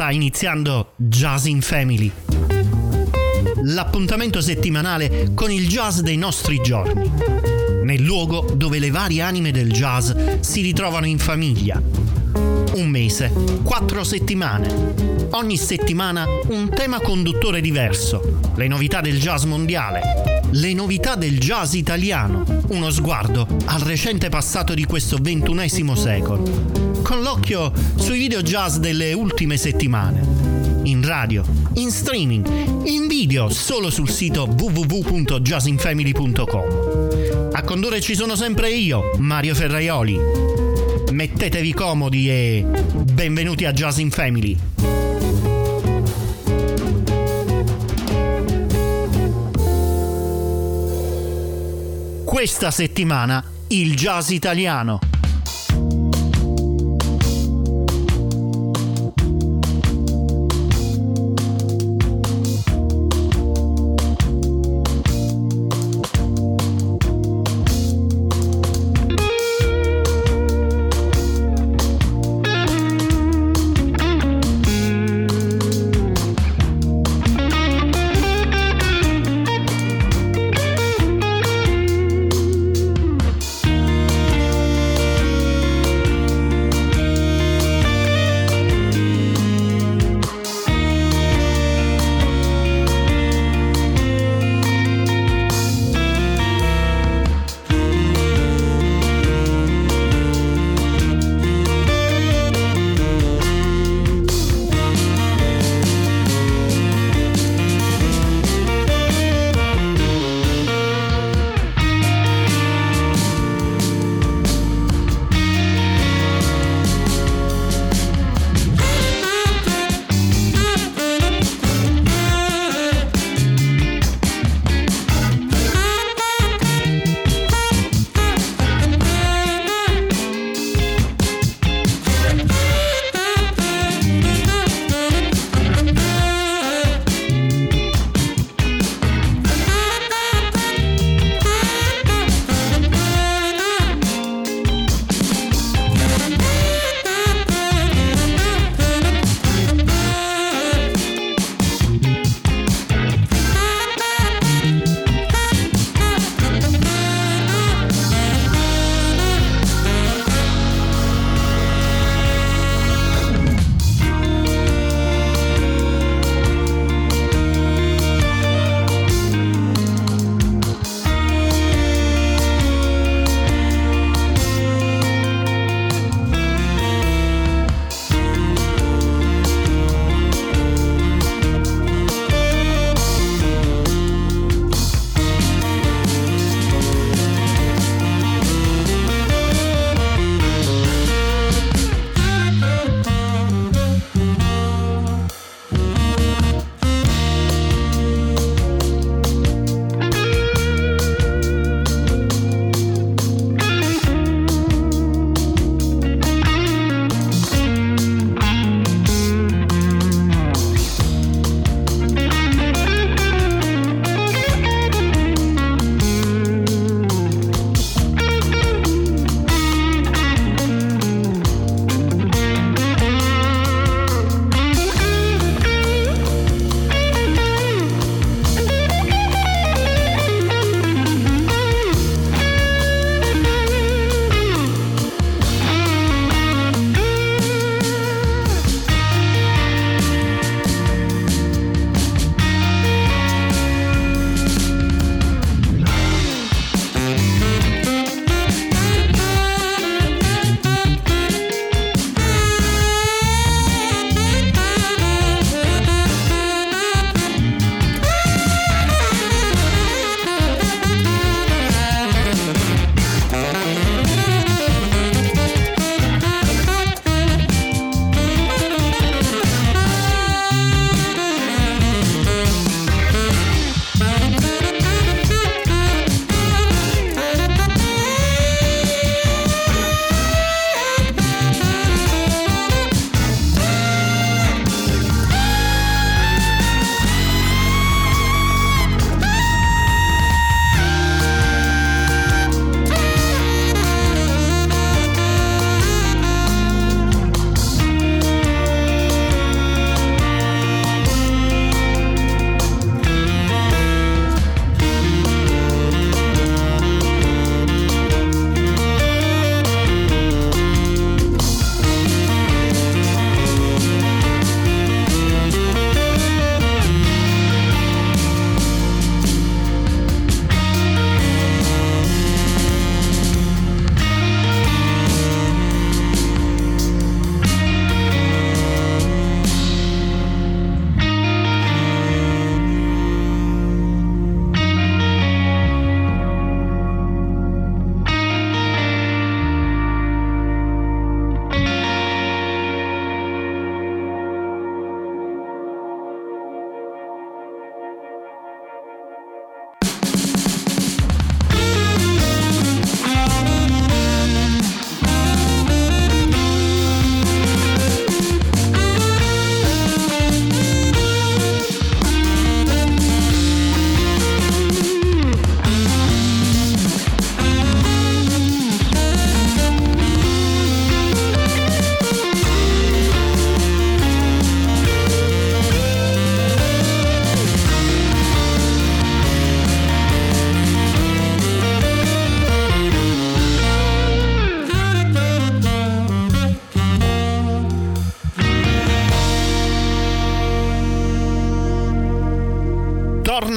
Sta iniziando Jazz in Family, l'appuntamento settimanale con il jazz dei nostri giorni, nel luogo dove le varie anime del jazz si ritrovano in famiglia. Un mese, 4 settimane. Ogni settimana un tema conduttore diverso. Le novità del jazz mondiale, le novità del jazz italiano, uno sguardo al recente passato di questo XXI secolo, con l'occhio sui video jazz delle ultime settimane, in radio, in streaming, in video solo sul sito www.jazzinfamily.com. A condurre ci sono sempre io, Mario Ferraioli. Mettetevi comodi e benvenuti a Jazz in Family. Questa settimana il jazz italiano.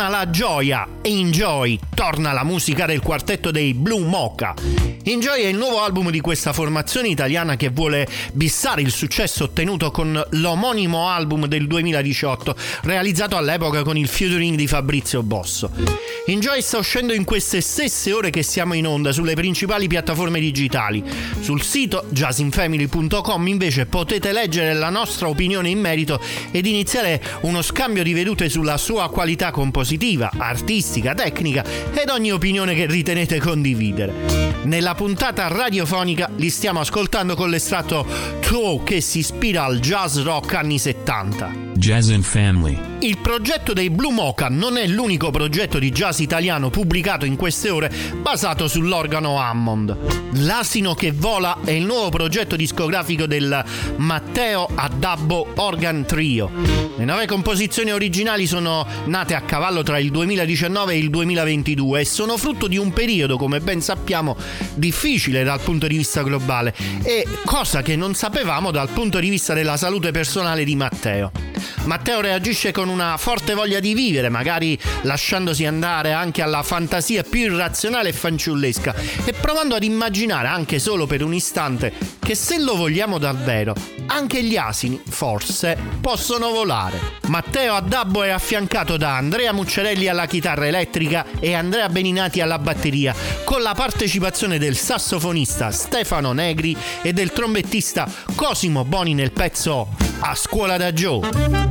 torna la gioia e Enjoy torna la musica del quartetto dei Blue Mocha. Enjoy è il nuovo album di questa formazione italiana che vuole bissare il successo ottenuto con l'omonimo album del 2018, realizzato all'epoca con il featuring di Fabrizio Bosso. Enjoy sta uscendo in queste stesse ore che siamo in onda sulle principali piattaforme digitali. Sul sito jazzinfamily.com invece potete leggere la nostra opinione in merito ed iniziare uno scambio di vedute sulla sua qualità compositiva, artistica, tecnica ed ogni opinione che ritenete condividere. Nella puntata radiofonica li stiamo ascoltando con l'estratto Two che si ispira al jazz rock anni 70. Jazz in Family. Il progetto dei Blue Mocha non è l'unico progetto di jazz italiano pubblicato in queste ore basato sull'organo Hammond. L'asino che vola è il nuovo progetto discografico del Matteo Addabbo Organ Trio. Le 9 composizioni originali sono nate a cavallo tra il 2019 e il 2022 e sono frutto di un periodo, come ben sappiamo, difficile dal punto di vista globale e cosa che non sapevamo dal punto di vista della salute personale di Matteo. Matteo reagisce con una forte voglia di vivere, magari lasciandosi andare anche alla fantasia più irrazionale e fanciullesca e provando ad immaginare anche solo per un istante che se lo vogliamo davvero anche gli asini forse possono volare. Matteo Addabbo è affiancato da Andrea Muccerelli alla chitarra elettrica e Andrea Beninati alla batteria, con la partecipazione del sassofonista Stefano Negri e del trombettista Cosimo Boni nel pezzo A Scuola da Joe.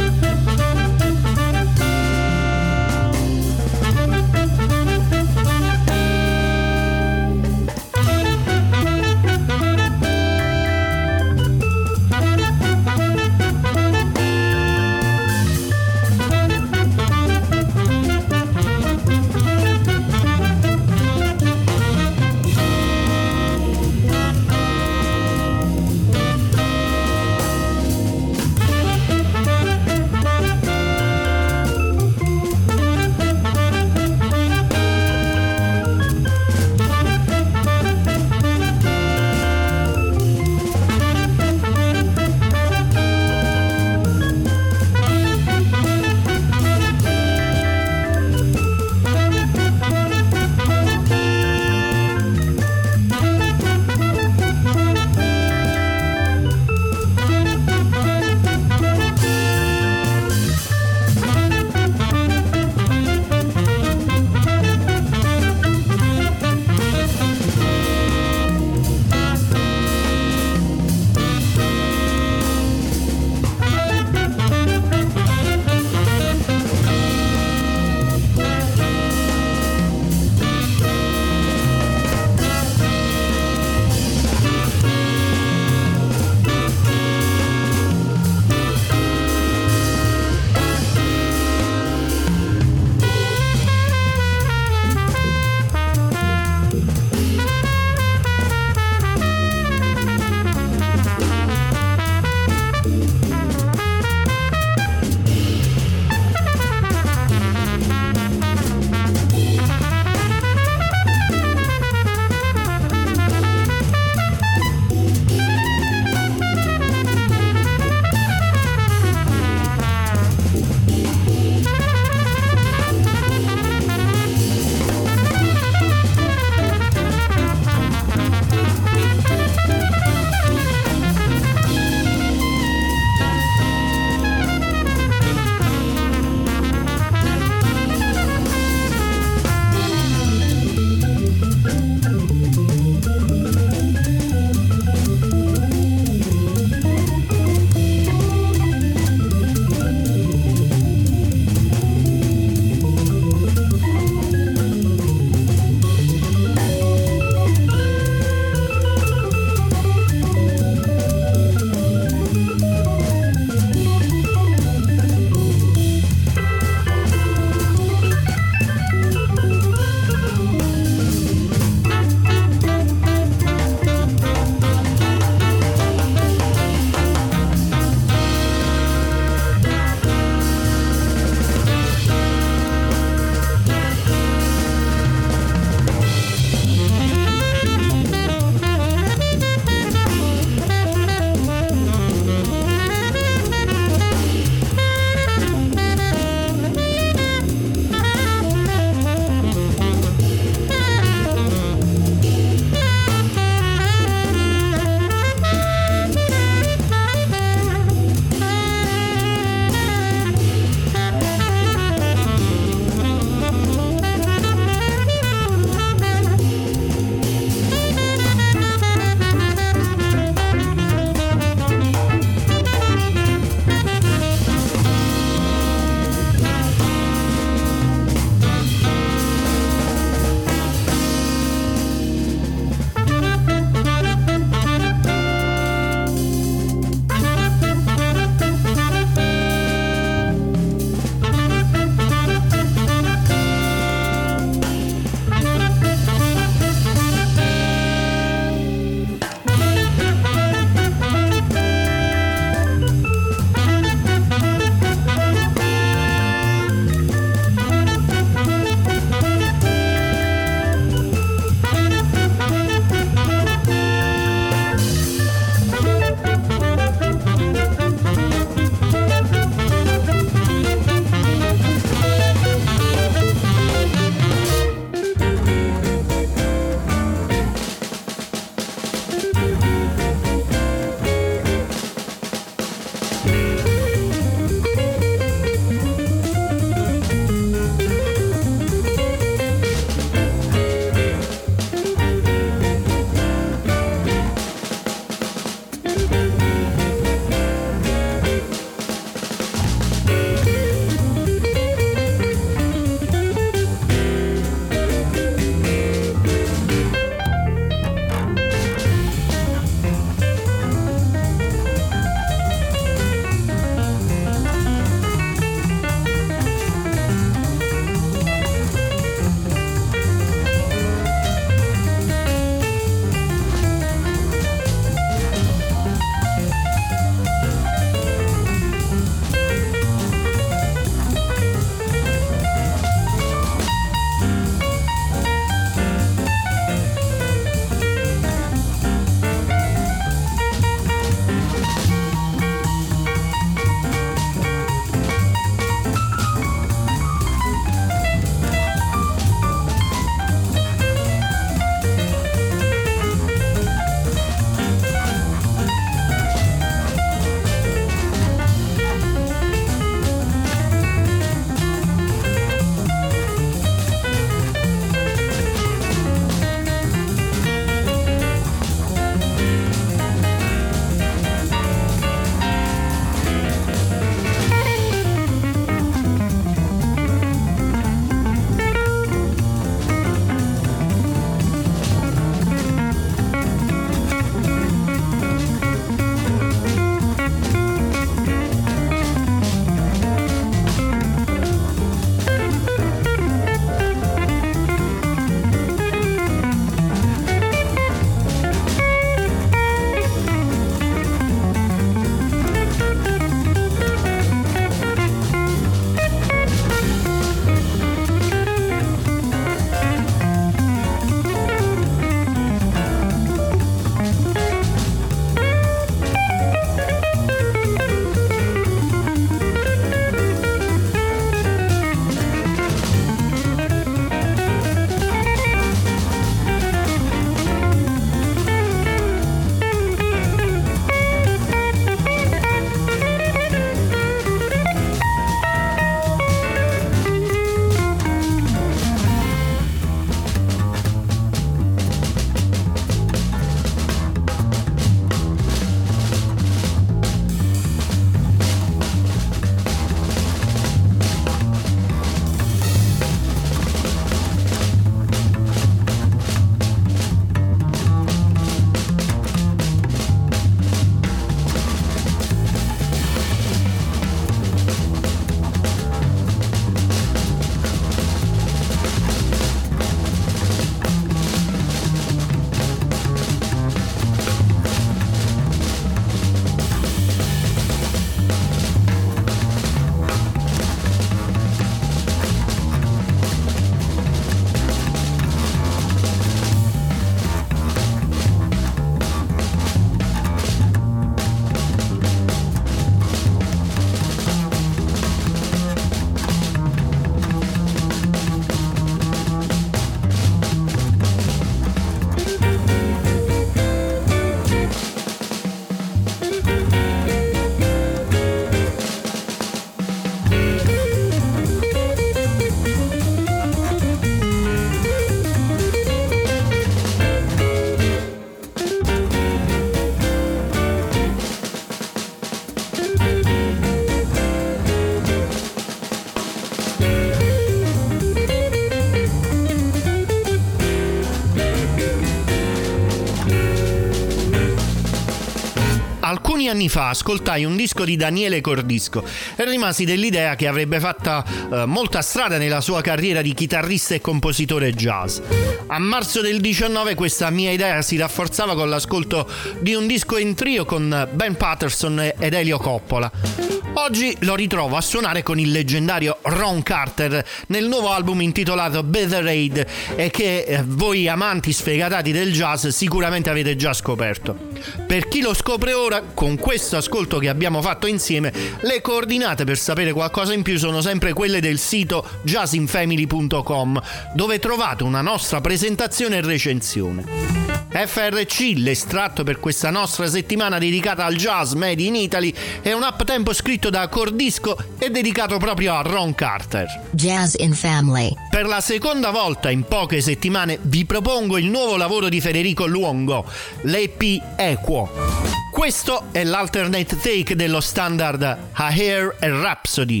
Alcuni anni fa ascoltai un disco di Daniele Cordisco e rimasi dell'idea che avrebbe fatto molta strada nella sua carriera di chitarrista e compositore jazz. A marzo del 19 questa mia idea si rafforzava con l'ascolto di un disco in trio con Ben Patterson ed Elio Coppola. Oggi lo ritrovo a suonare con il leggendario Ron Carter nel nuovo album intitolato Better Aid e che voi amanti sfegatati del jazz sicuramente avete già scoperto. Per chi lo scopre ora, con questo ascolto che abbiamo fatto insieme, le coordinate per sapere qualcosa in più sono sempre quelle del sito jazzinfamily.com, dove trovate una nostra presentazione e recensione. FRC, l'estratto per questa nostra settimana dedicata al jazz made in Italy, è un up-tempo scritto da Cordisco e dedicato proprio a Ron Carter. Jazz in Family. Per la seconda volta in poche settimane vi propongo il nuovo lavoro di Federico Luongo, l'EP Equo. Questo è l'alternate take dello standard A Hair a Rhapsody.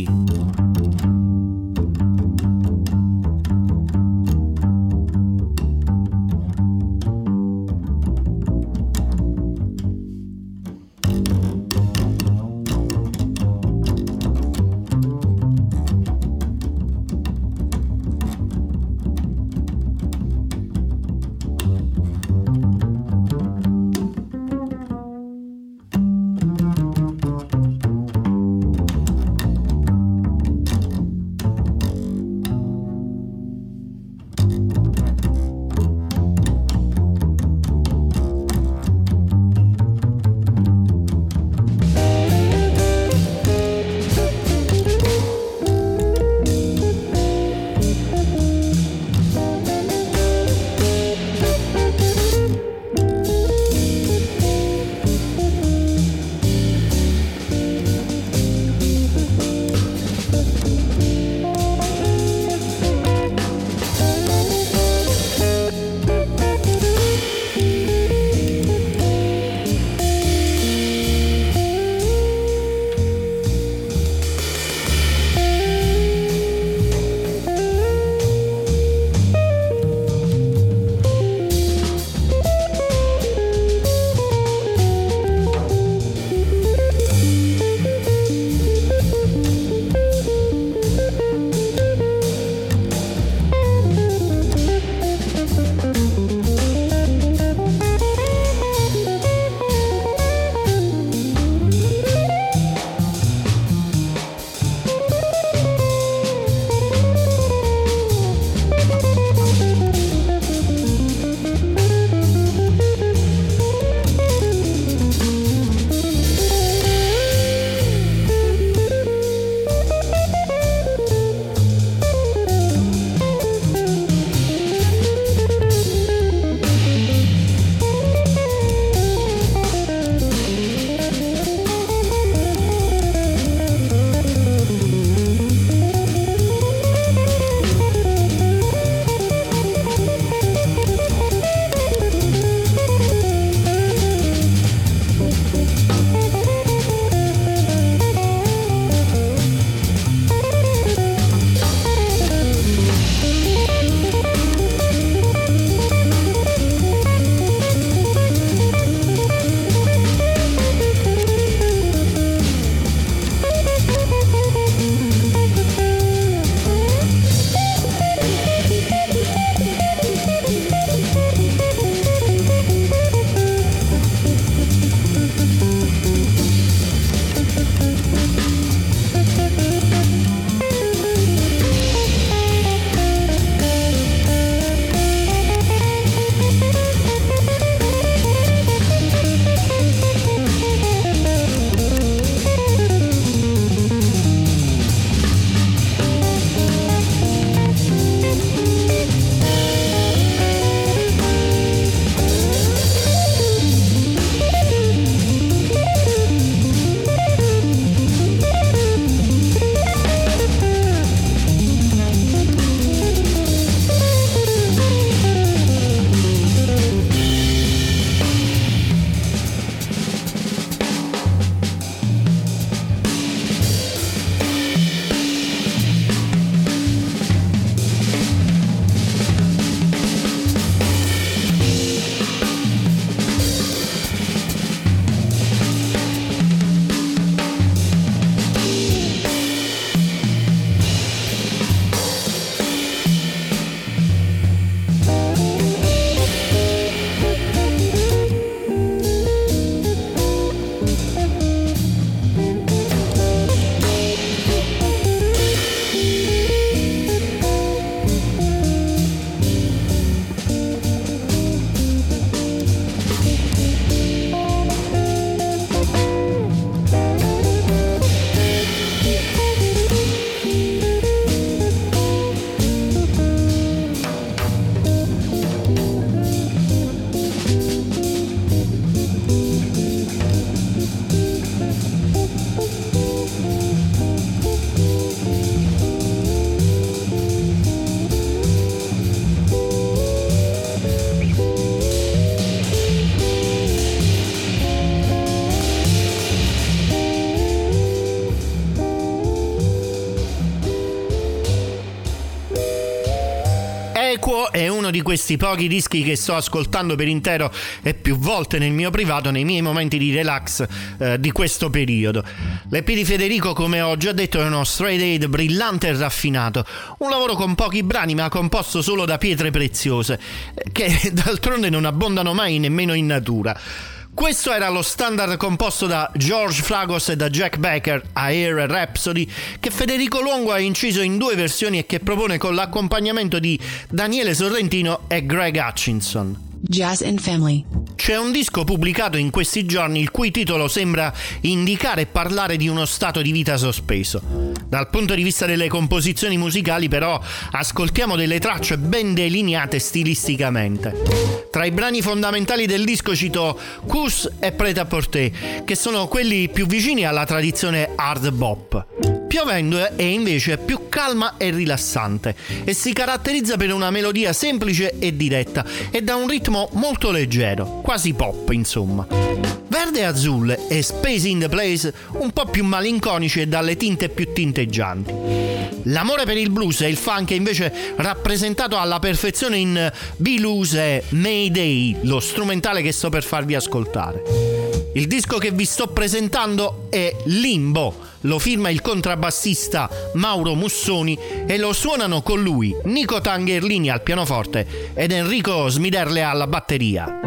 Equo è uno di questi pochi dischi che sto ascoltando per intero e più volte nel mio privato, nei miei momenti di relax di questo periodo. L'EP di Federico, come ho già detto, è uno straight aid brillante e raffinato, un lavoro con pochi brani ma composto solo da pietre preziose, che d'altronde non abbondano mai nemmeno in natura. Questo era lo standard composto da George Flagos e da Jack Becker, Air Rhapsody, che Federico Luongo ha inciso in 2 versioni e che propone con l'accompagnamento di Daniele Sorrentino e Greg Hutchinson. Jazz and Family. C'è un disco pubblicato in questi giorni il cui titolo sembra indicare e parlare di uno stato di vita sospeso. Dal punto di vista delle composizioni musicali, però, ascoltiamo delle tracce ben delineate stilisticamente. Tra i brani fondamentali del disco cito Cous e Prêt-à-porter, che sono quelli più vicini alla tradizione hard bop. Piovendo è invece più calma e rilassante e si caratterizza per una melodia semplice e diretta e da un ritmo molto leggero, quasi pop insomma. Verde e Azzurre e Space in the Place un po' più malinconici e dalle tinte più tinteggianti. L'amore per il blues e il funk è invece rappresentato alla perfezione in Blues e Mayday, lo strumentale che sto per farvi ascoltare. Il disco che vi sto presentando è Limbo, lo firma il contrabbassista Mauro Mussoni e lo suonano con lui Nico Tangherlini al pianoforte ed Enrico Smiderle alla batteria.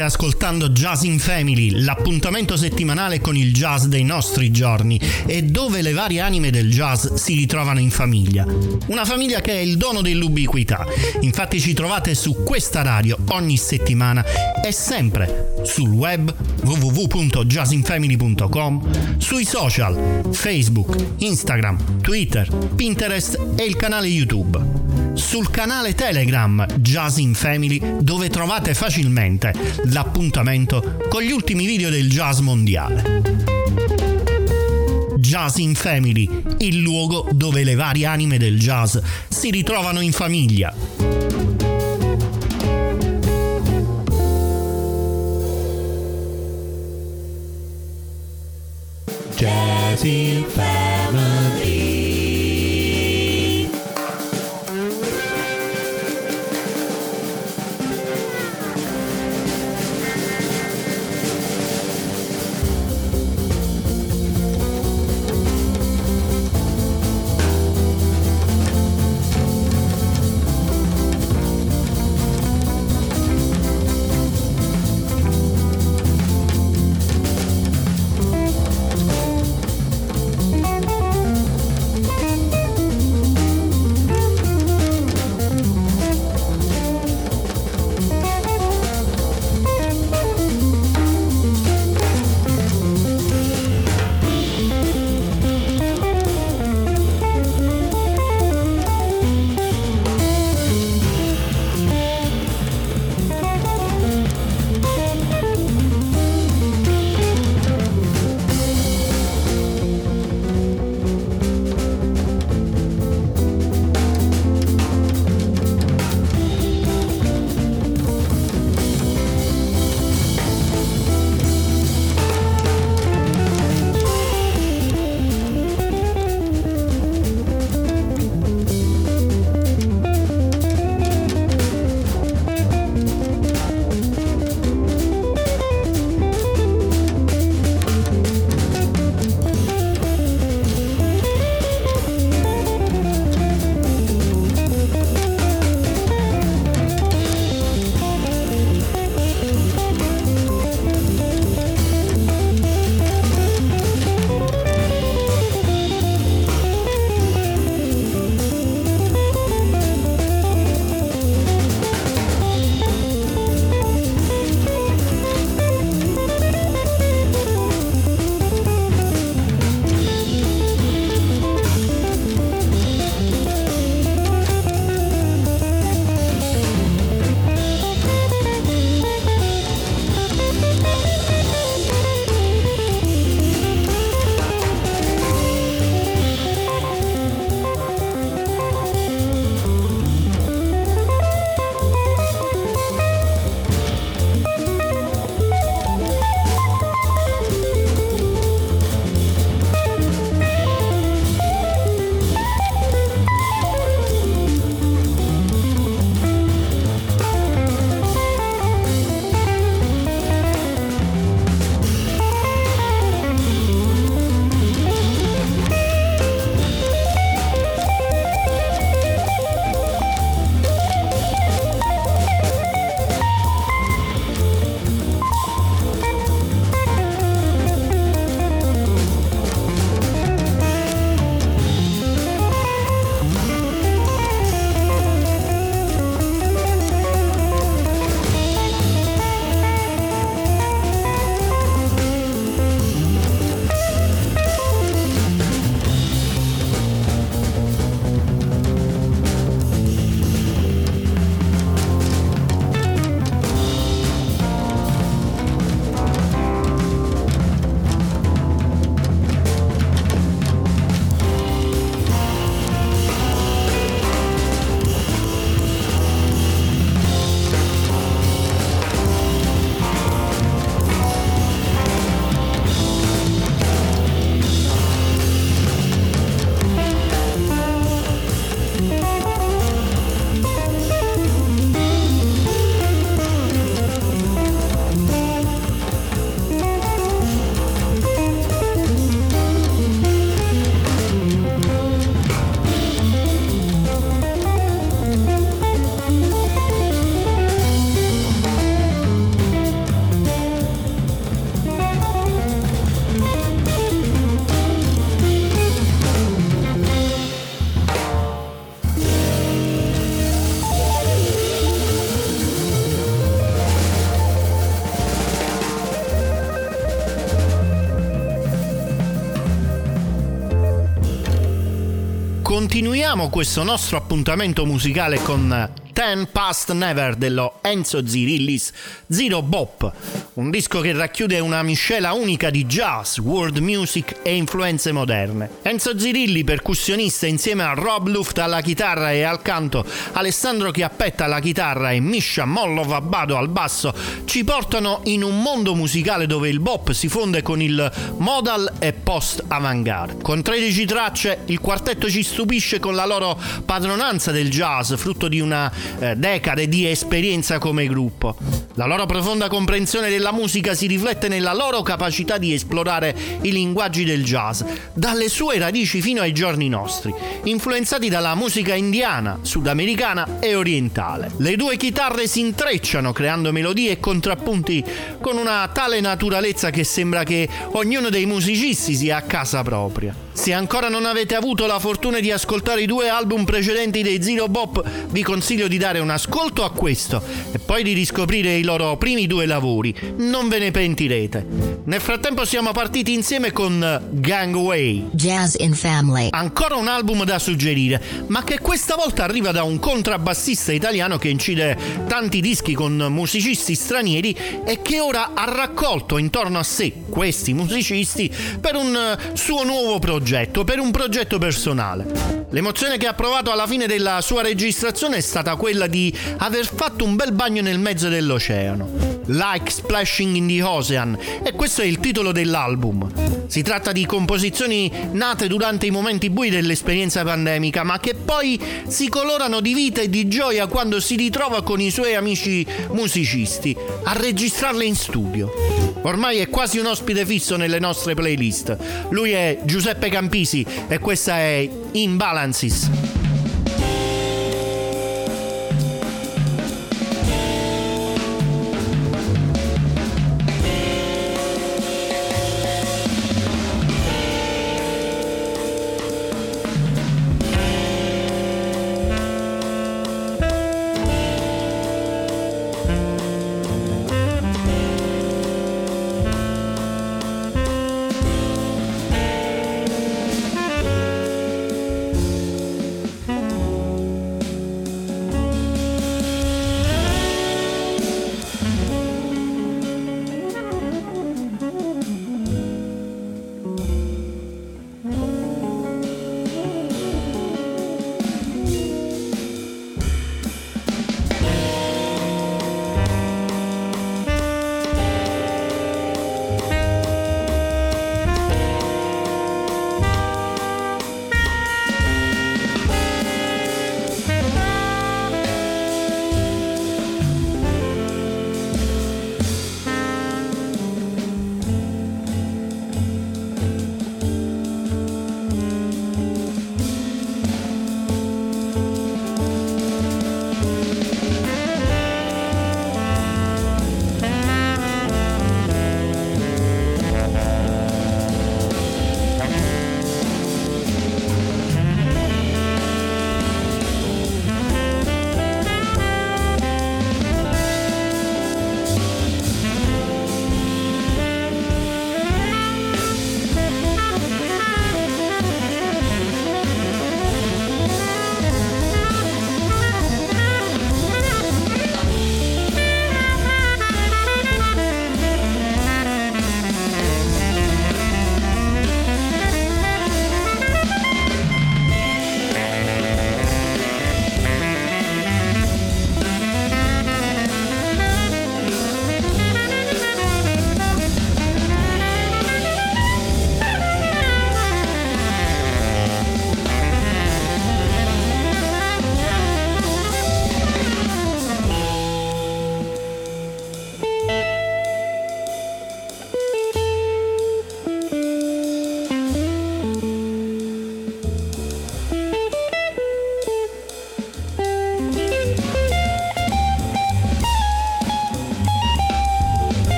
State ascoltando Jazz in Family, l'appuntamento settimanale con il jazz dei nostri giorni e dove le varie anime del jazz si ritrovano in famiglia. Una famiglia che è il dono dell'ubiquità. Infatti ci trovate su questa radio ogni settimana e sempre sul web www.jazzinfamily.com, sui social Facebook, Instagram, Twitter, Pinterest e il canale YouTube. Sul canale Telegram Jazz in Family, dove trovate facilmente l'appuntamento con gli ultimi video del jazz mondiale. Jazz in Family, il luogo dove le varie anime del jazz si ritrovano in famiglia. Jazz in Family. continuiamo questo nostro appuntamento musicale con Ten Past Never dello Enzo Zirillis Zero Bop, un disco che racchiude una miscela unica di jazz, world music e influenze moderne. Enzo Zirilli, percussionista, insieme a Rob Luft alla chitarra e al canto, Alessandro Chiappetta alla chitarra e Misha Mollov Abbado al basso, ci portano in un mondo musicale dove il bop si fonde con il modal e post-avant-garde. Con 13 tracce, il quartetto ci stupisce con la loro padronanza del jazz, frutto di una decade di esperienza come gruppo. La loro profonda comprensione della musica si riflette nella loro capacità di esplorare i linguaggi del jazz, dalle sue radici fino ai giorni nostri, influenzati dalla musica indiana, sudamericana e orientale. Le due chitarre si intrecciano creando melodie e contrappunti con una tale naturalezza che sembra che ognuno dei musicisti sia a casa propria. Se ancora non avete avuto la fortuna di ascoltare i 2 album precedenti dei Zero Bop, vi consiglio di dare un ascolto a questo e poi di riscoprire i loro primi 2 lavori. Non ve ne pentirete. Nel frattempo siamo partiti insieme con Gangway, Jazz in Family. ancora un album da suggerire, ma che questa volta arriva da un contrabbassista italiano che incide tanti dischi con musicisti stranieri e che ora ha raccolto intorno a sé questi musicisti per un suo nuovo progetto, per un progetto personale. L'emozione che ha provato alla fine della sua registrazione è stata quella di aver fatto un bel bagno nel mezzo dell'oceano. Like Splashing in the Ocean, e questo è il titolo dell'album. Si tratta di composizioni nate durante i momenti bui dell'esperienza pandemica, ma che poi si colorano di vita e di gioia quando si ritrova con i suoi amici musicisti a registrarle in studio. Ormai è quasi un ospite fisso nelle nostre playlist. Lui è Giuseppe Campisi e questa è Imbalances.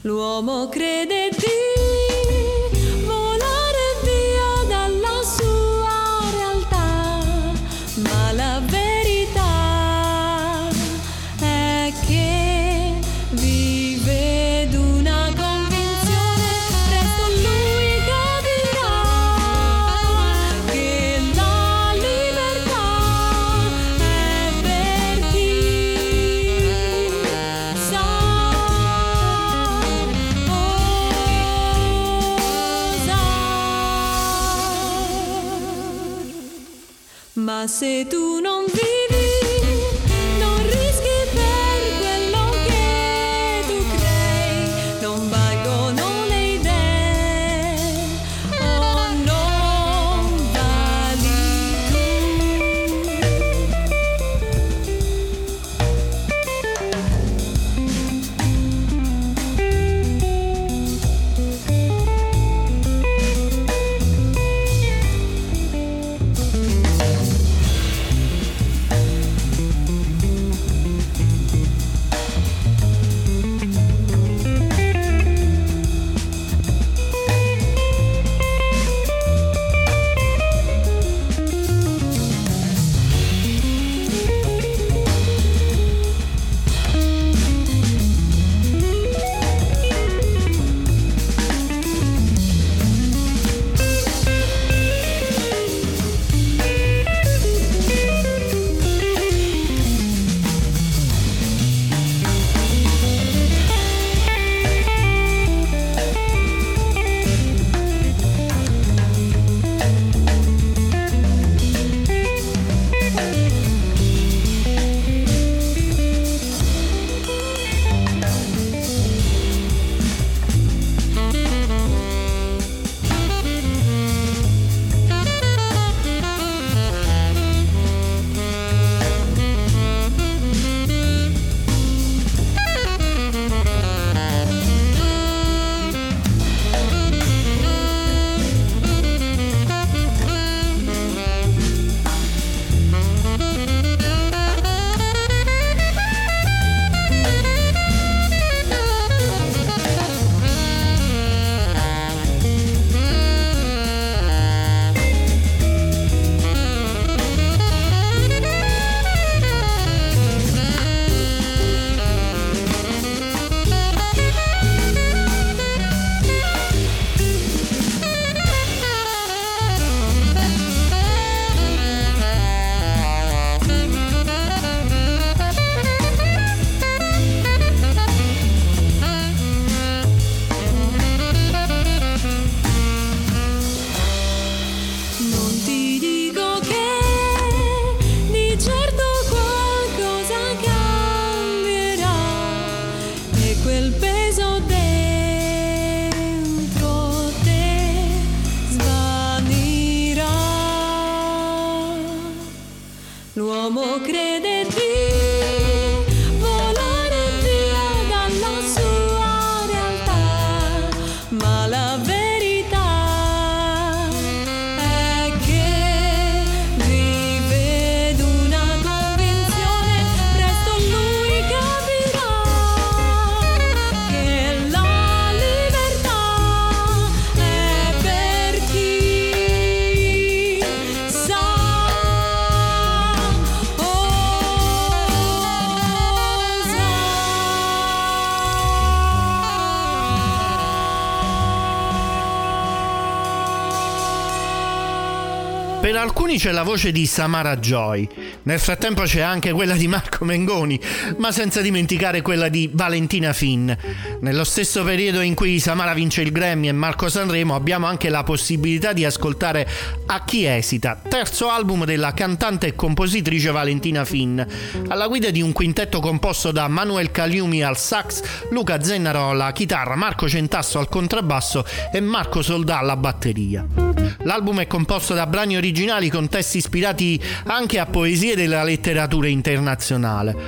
L'uomo crede di volare via dalla sua realtà, ma la verità è che vive d'una convinzione. Presto lui capirà che la libertà è per chi sa ma se tu non vivi, non rischi per quello che tu crei, non valgono le idee, o non vali L'uomo crede di volare via dalla sua realtà, ma la verità è che vive d'una convinzione. Presto lui capirà che la libertà è per chi sa. Per alcuni c'è la voce di Samara Joy, nel frattempo c'è anche quella di Marco Mengoni, ma senza dimenticare quella di Valentina Finn. Nello stesso periodo in cui Samara vince il Grammy e Marco Sanremo abbiamo anche la possibilità di ascoltare A chi esita, terzo album della cantante e compositrice Valentina Finn, alla guida di un quintetto composto da Manuel Caliumi al sax, Luca Zennaro alla chitarra, Marco Centasso al contrabbasso e Marco Soldà alla batteria. L'album è composto da brani originali con testi ispirati anche a poesie della letteratura internazionale.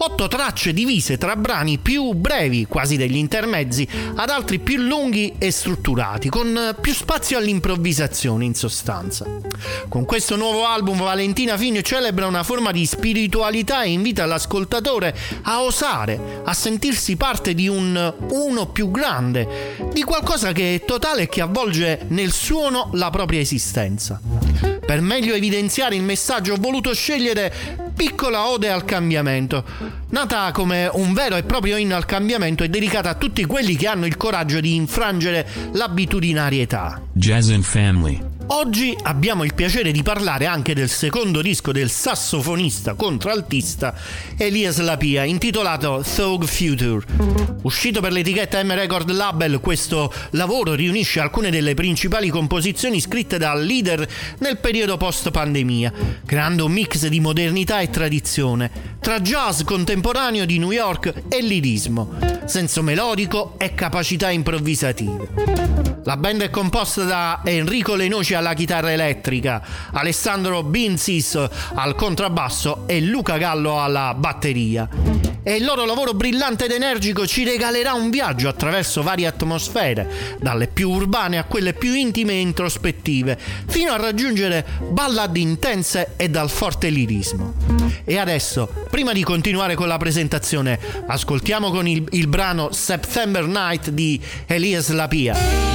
8 tracce divise tra brani più brevi, quasi degli intermezzi, ad altri più lunghi e strutturati, con più spazio all'improvvisazione in sostanza. Con questo nuovo album Valentina Fini celebra una forma di spiritualità e invita l'ascoltatore a osare, a sentirsi parte di un uno più grande, di qualcosa che è totale e che avvolge nel suono la propria esistenza. Per meglio evidenziare il messaggio ho voluto scegliere Piccola ode al cambiamento, nata come un vero e proprio inno al cambiamento e dedicata a tutti quelli che hanno il coraggio di infrangere l'abitudinarietà. Jazz in Family. Oggi abbiamo il piacere di parlare anche del secondo disco del sassofonista contraltista Elias Lapia, intitolato Thug Future. Uscito per l'etichetta M Record Label, questo lavoro riunisce alcune delle principali composizioni scritte dal leader nel periodo post-pandemia, creando un mix di modernità e tradizione, tra jazz contemporaneo di New York e lirismo, senso melodico e capacità improvvisative. La band è composta da Enrico Lenoci alla chitarra elettrica, Alessandro Binzis al contrabbasso e Luca Gallo alla batteria. E il loro lavoro brillante ed energico ci regalerà un viaggio attraverso varie atmosfere, dalle più urbane a quelle più intime e introspettive, fino a raggiungere ballad intense e dal forte lirismo. E adesso, prima di continuare con la presentazione, ascoltiamo con il brano September Night di Elias Lapia.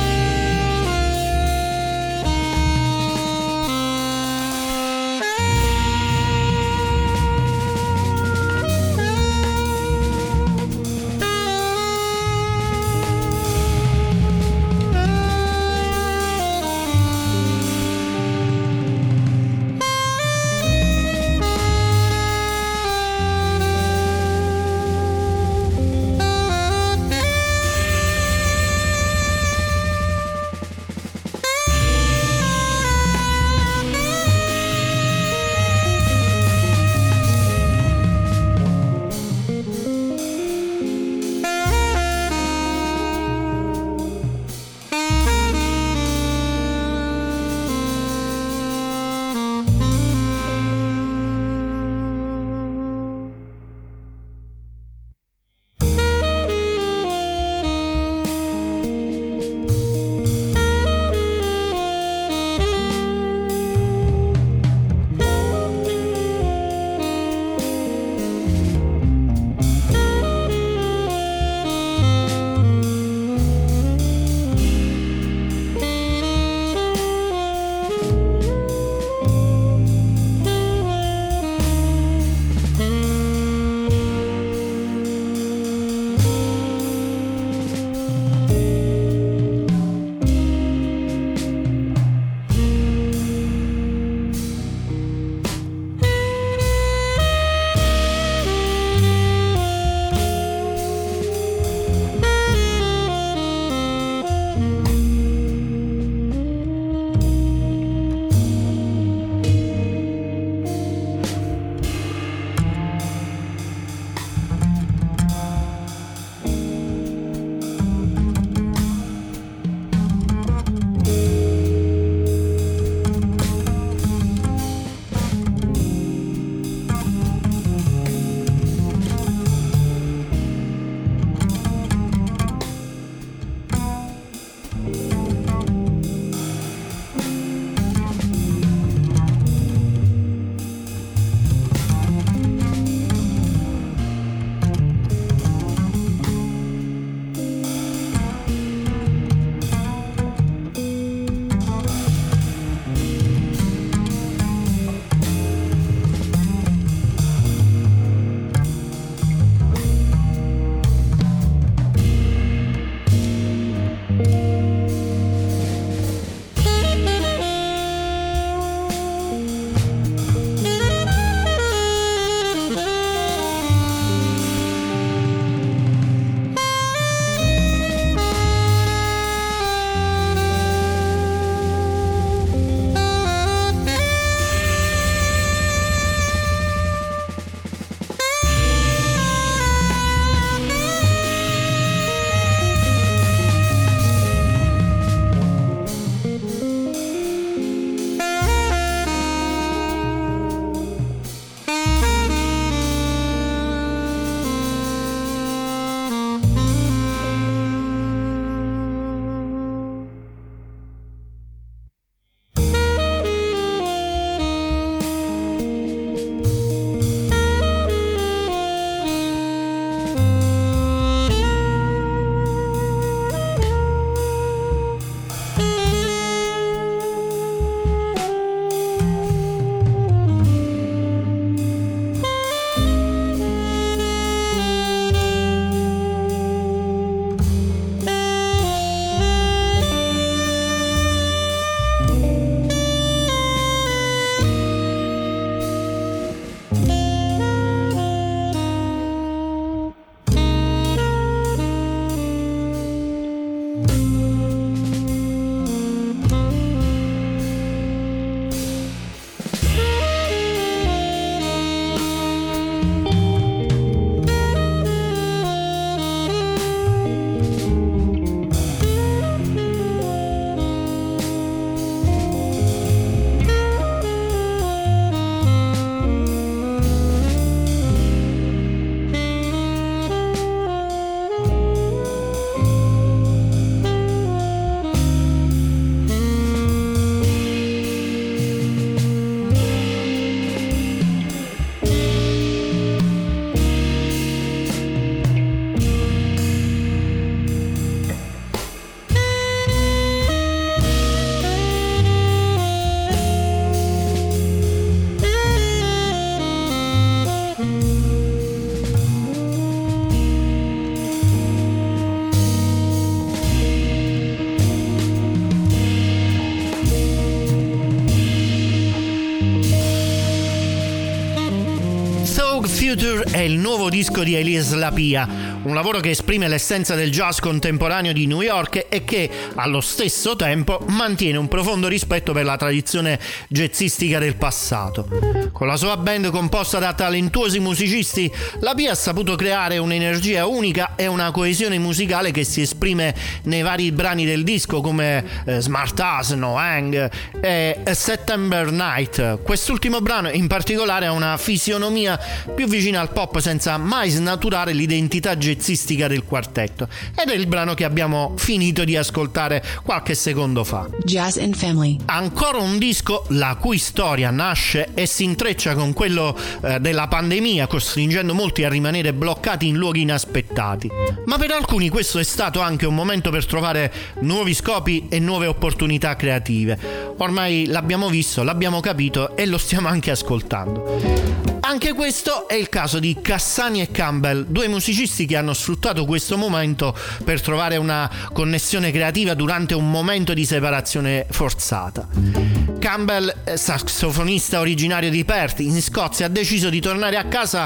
Future è il nuovo disco di Elias Lapia, un lavoro che esprime l'essenza del jazz contemporaneo di New York e che, allo stesso tempo, mantiene un profondo rispetto per la tradizione jazzistica del passato. Con la sua band composta da talentuosi musicisti, Lapia ha saputo creare un'energia unica e una coesione musicale che si esprime nei vari brani del disco come Smart Ass, No Hang e A September Night. Quest'ultimo brano in particolare ha una fisionomia più vicina al pop senza mai snaturare l'identità jazzistica del quartetto, ed è il brano che abbiamo finito di ascoltare qualche secondo fa. Jazz in Family. Ancora un disco la cui storia nasce e si intreccia con quello della pandemia, costringendo molti a rimanere bloccati in luoghi inaspettati. Ma per alcuni questo è stato anche un momento per trovare nuovi scopi e nuove opportunità creative. Ormai l'abbiamo visto, l'abbiamo capito e lo stiamo anche ascoltando. Anche questo è il caso di Cassani e Campbell, due musicisti che hanno sfruttato questo momento per trovare una connessione creativa durante un momento di separazione forzata. Campbell, sassofonista originario di Perth, in Scozia, ha deciso di tornare a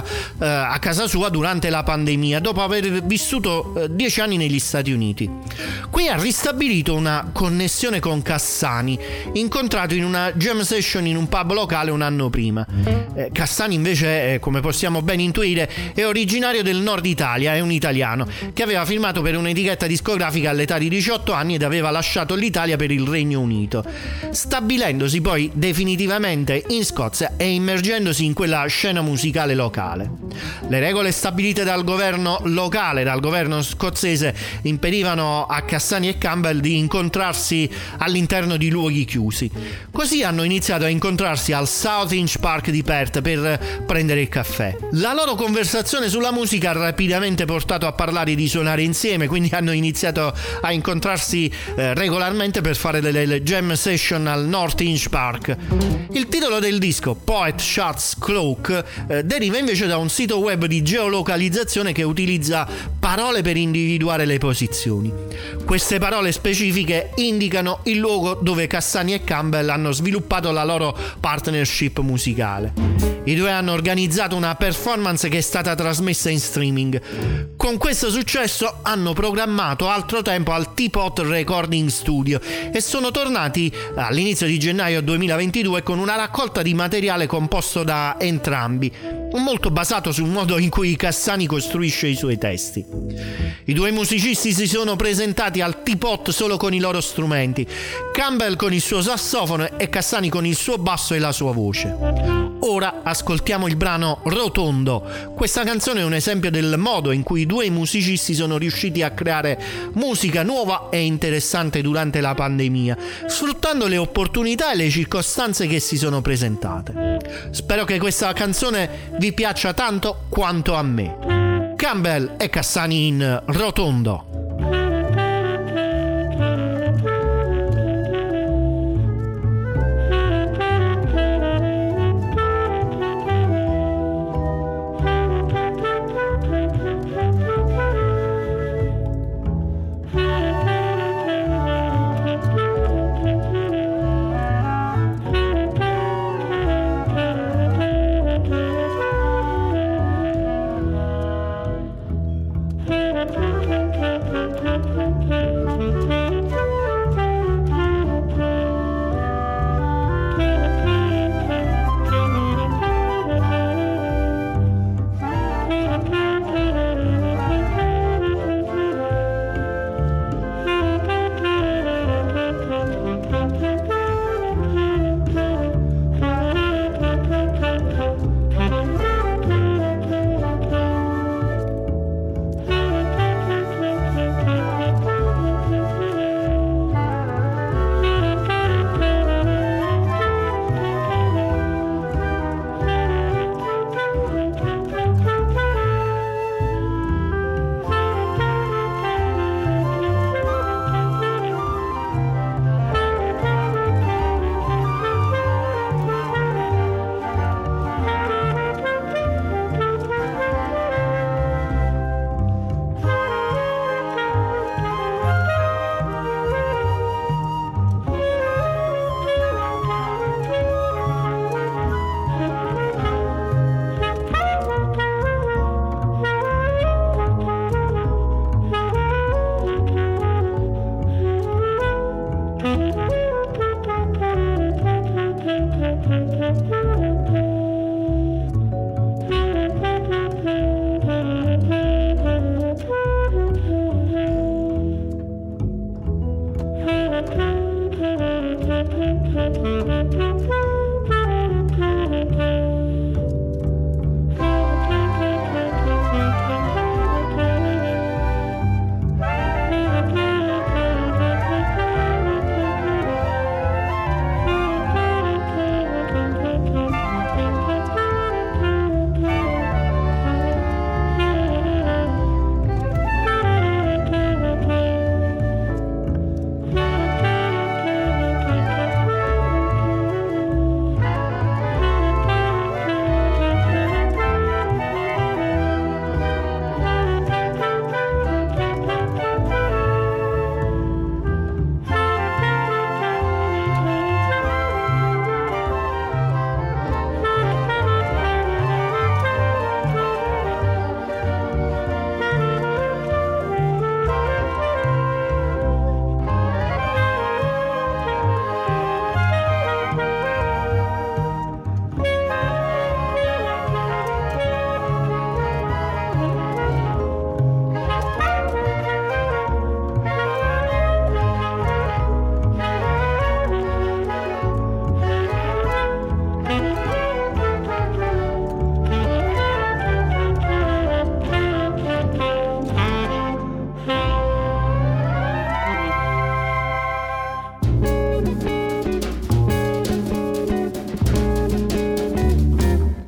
casa sua durante la pandemia, dopo aver vissuto 10 anni negli Stati Uniti. Qui ha ristabilito una connessione con Cassani, incontrato in una jam session in un pub locale un anno prima. Cassani invece, come possiamo ben intuire, è originario del nord Italia, è un italiano che aveva firmato per un'etichetta discografica all'età di 18 anni ed aveva lasciato l'Italia per il Regno Unito, stabilendosi poi definitivamente in Scozia e immergendosi in quella scena musicale locale. Le regole stabilite dal governo locale, dal governo scozzese, impedivano a Cassani e Campbell di incontrarsi all'interno di luoghi chiusi. Così hanno iniziato a incontrarsi al South Inch Park di Perth per prendere il caffè. La loro conversazione sulla musica ha rapidamente portato a parlare di suonare insieme, quindi hanno iniziato a incontrarsi regolarmente per fare delle jam session al North Inch Park. Il titolo del disco, Poet Shuts Cloak, deriva invece da un sito web di geolocalizzazione che utilizza parole per individuare le posizioni. Queste parole specifiche indicano il luogo dove Cassani e Campbell hanno sviluppato la loro partnership musicale. I due hanno organizzato una performance che è stata trasmessa in streaming. Con questo successo hanno programmato altro tempo al Teapot Recording Studio e sono tornati all'inizio di gennaio 2022 con una raccolta di materiale composto da entrambi, molto basato sul modo in cui Cassani costruisce i suoi testi. I due musicisti si sono presentati al Teapot solo con i loro strumenti, Campbell con il suo sassofono e Cassani con il suo basso e la sua voce. Ora ascoltiamo il brano Rotondo. Questa canzone è un esempio del modo in cui i due musicisti sono riusciti a creare musica nuova e interessante durante la pandemia, sfruttando le opportunità e le circostanze che si sono presentate. Spero che questa canzone vi piaccia tanto quanto a me. Campbell e Cassani in Rotondo.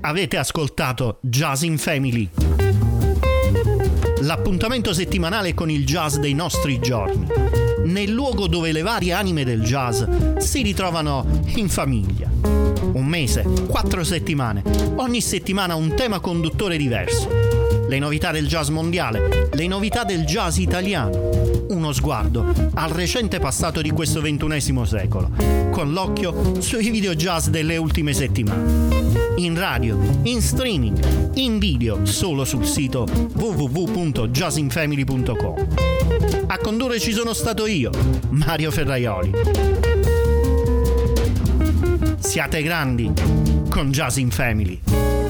Avete ascoltato Jazz in Family, l'appuntamento settimanale con il jazz dei nostri giorni, nel luogo dove le varie anime del jazz si ritrovano in famiglia. Un mese, 4 settimane, ogni settimana un tema conduttore diverso. Le novità del jazz mondiale, le novità del jazz italiano. Uno sguardo al recente passato di questo XXI secolo, con l'occhio sui video jazz delle ultime settimane. In radio, in streaming, in video, solo sul sito www.jazzinfamily.com. A condurre ci sono stato io, Mario Ferraioli. Siate grandi con Jazz in Family.